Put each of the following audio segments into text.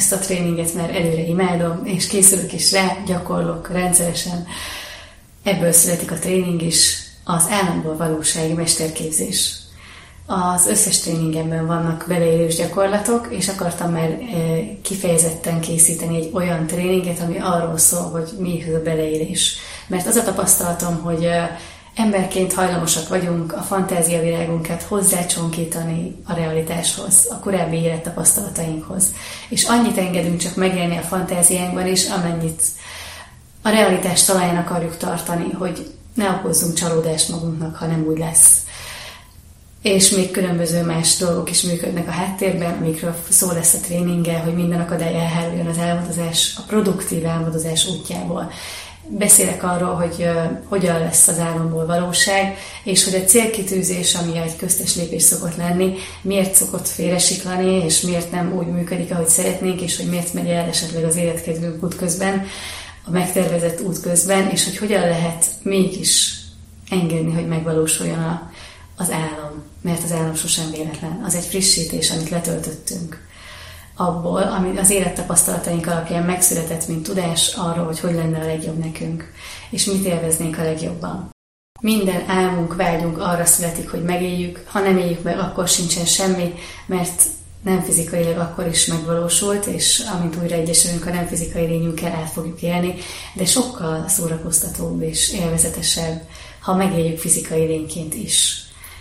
ezt a tréninget már előre imádom, és készülök is rá, gyakorlok rendszeresen. Ebből születik a tréning is, az álomból valósági mesterképzés. Az összes tréningemben vannak beleélős gyakorlatok, és akartam már kifejezetten készíteni egy olyan tréninget, ami arról szól, hogy mi az a beleélés. Mert az a tapasztalatom, hogy emberként hajlamosak vagyunk a fantáziavilágunkat hozzácsonkítani a realitáshoz, a korábbi élettapasztalatainkhoz. És annyit engedünk csak megélni a fantáziánkban is, amennyit a realitás talaján akarjuk tartani, hogy ne okozzunk csalódást magunknak, ha nem úgy lesz. És még különböző más dolgok is működnek a háttérben, amikről szó lesz a tréninggel, hogy minden akadály elháruljon az álmodozás, a produktív álmodozás útjából. Beszélek arról, hogy hogyan lesz az álomból valóság, és hogy a célkitűzés, ami egy köztes lépés szokott lenni, miért szokott félresiklani, és miért nem úgy működik, ahogy szeretnénk, és hogy miért megy el esetleg az életkedvünk út közben, a megtervezett út közben, és hogy hogyan lehet mégis engedni, hogy megvalósuljon az álom. Mert az álom sosem véletlen. Az egy frissítés, amit letöltöttünk abból, ami az élettapasztalataink alapján megszületett, mint tudás arról, hogy lenne a legjobb nekünk, és mit élveznénk a legjobban. Minden álmunk, vágyunk arra születik, hogy megéljük, ha nem éljük meg, akkor sincsen semmi, mert nem fizikailag akkor is megvalósult, és amint újra egyesülünk a nem fizikai lényünkkel, át fogjuk élni, de sokkal szórakoztatóbb és élvezetesebb, ha megéljük fizikai lényként is.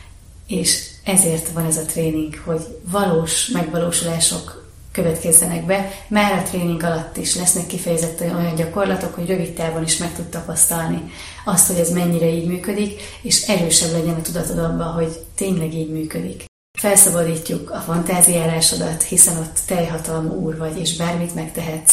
És ezért van ez a tréning, hogy valós megvalósulások következzenek be. Már a tréning alatt is lesznek kifejezetten olyan gyakorlatok, hogy rövid távon is meg tud tapasztalni azt, hogy ez mennyire így működik, és erősebb legyen a tudatod abban, hogy tényleg így működik. Felszabadítjuk a fantáziálásodat, hiszen ott teljhatalmú úr vagy, és bármit megtehetsz.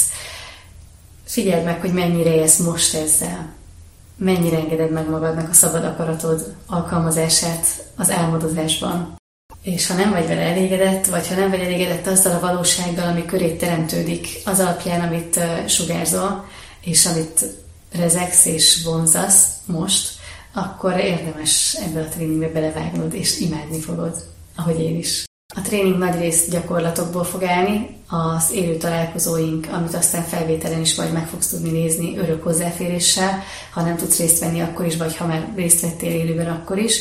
Figyeld meg, hogy mennyire élsz most ezzel. Mennyire engeded meg magadnak a szabad akaratod alkalmazását az álmodozásban. És ha nem vagy vele elégedett, vagy ha nem vagy elégedett azzal a valósággal, ami körét teremtődik, az alapján, amit sugárzol, és amit rezegsz és vonzasz most, akkor érdemes ebbe a tréningbe belevágnod, és imádni fogod, ahogy én is. A tréning nagyrészt gyakorlatokból fog állni, az élő találkozóink, amit aztán felvételen is majd meg fogsz tudni nézni örök hozzáféréssel, ha nem tudsz részt venni akkor is, vagy ha már részt vettél élőben akkor is,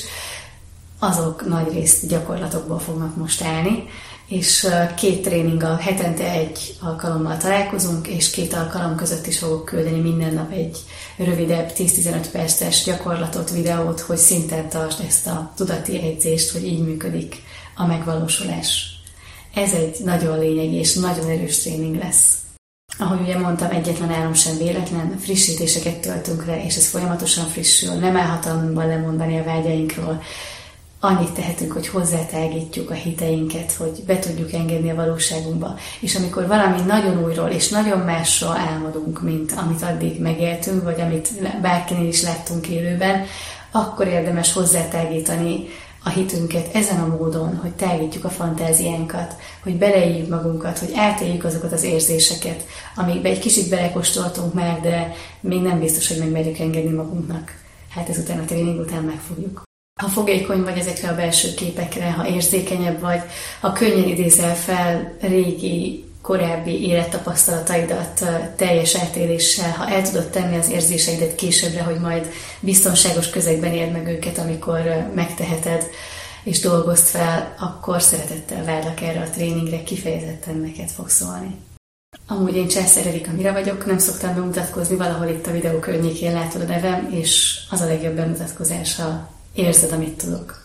azok nagyrészt gyakorlatokból fognak most állni, és 2 tréninggal hetente 1 alkalommal találkozunk, és 2 alkalom között is fogok küldeni minden nap egy rövidebb 10-15 perces gyakorlatot, videót, hogy szinten tartsd ezt a tudati edzést, hogy így működik a megvalósulás. Ez egy nagyon lényegi és nagyon erős tréning lesz. Ahogy ugye mondtam, egyetlen álom sem véletlen, frissítéseket töltünk le, és ez folyamatosan frissül, nem áll hatalmunkban lemondani a vágyainkról. Annyit tehetünk, hogy hozzátágítjuk a hiteinket, hogy be tudjuk engedni a valóságunkba. És amikor valami nagyon újról és nagyon másról álmodunk, mint amit addig megéltünk, vagy amit bárkinél is láttunk élőben, akkor érdemes hozzátágítani a hitünket ezen a módon, hogy tágítjuk a fantáziánkat, hogy beleéljük magunkat, hogy átéljük azokat az érzéseket, amikbe egy kicsit belekóstoltunk már, de még nem biztos, hogy megmerjük engedni magunknak. Hát ezután a tréning után megfogjuk. Ha fogékony vagy ezekre a belső képekre, ha érzékenyebb vagy, ha könnyen idézel fel régi, korábbi élettapasztalataidat teljes átéléssel, ha el tudod tenni az érzéseidet későbbre, hogy majd biztonságos közegben éld meg őket, amikor megteheted és dolgozd fel, akkor szeretettel várlak erre a tréningre, kifejezetten neked fog szólni. Amúgy én Császár Erika Mira vagyok, nem szoktam bemutatkozni, valahol itt a videó környékén látod a nevem, és az a legjobb bemutatkozás, ha érzed, amit tudok.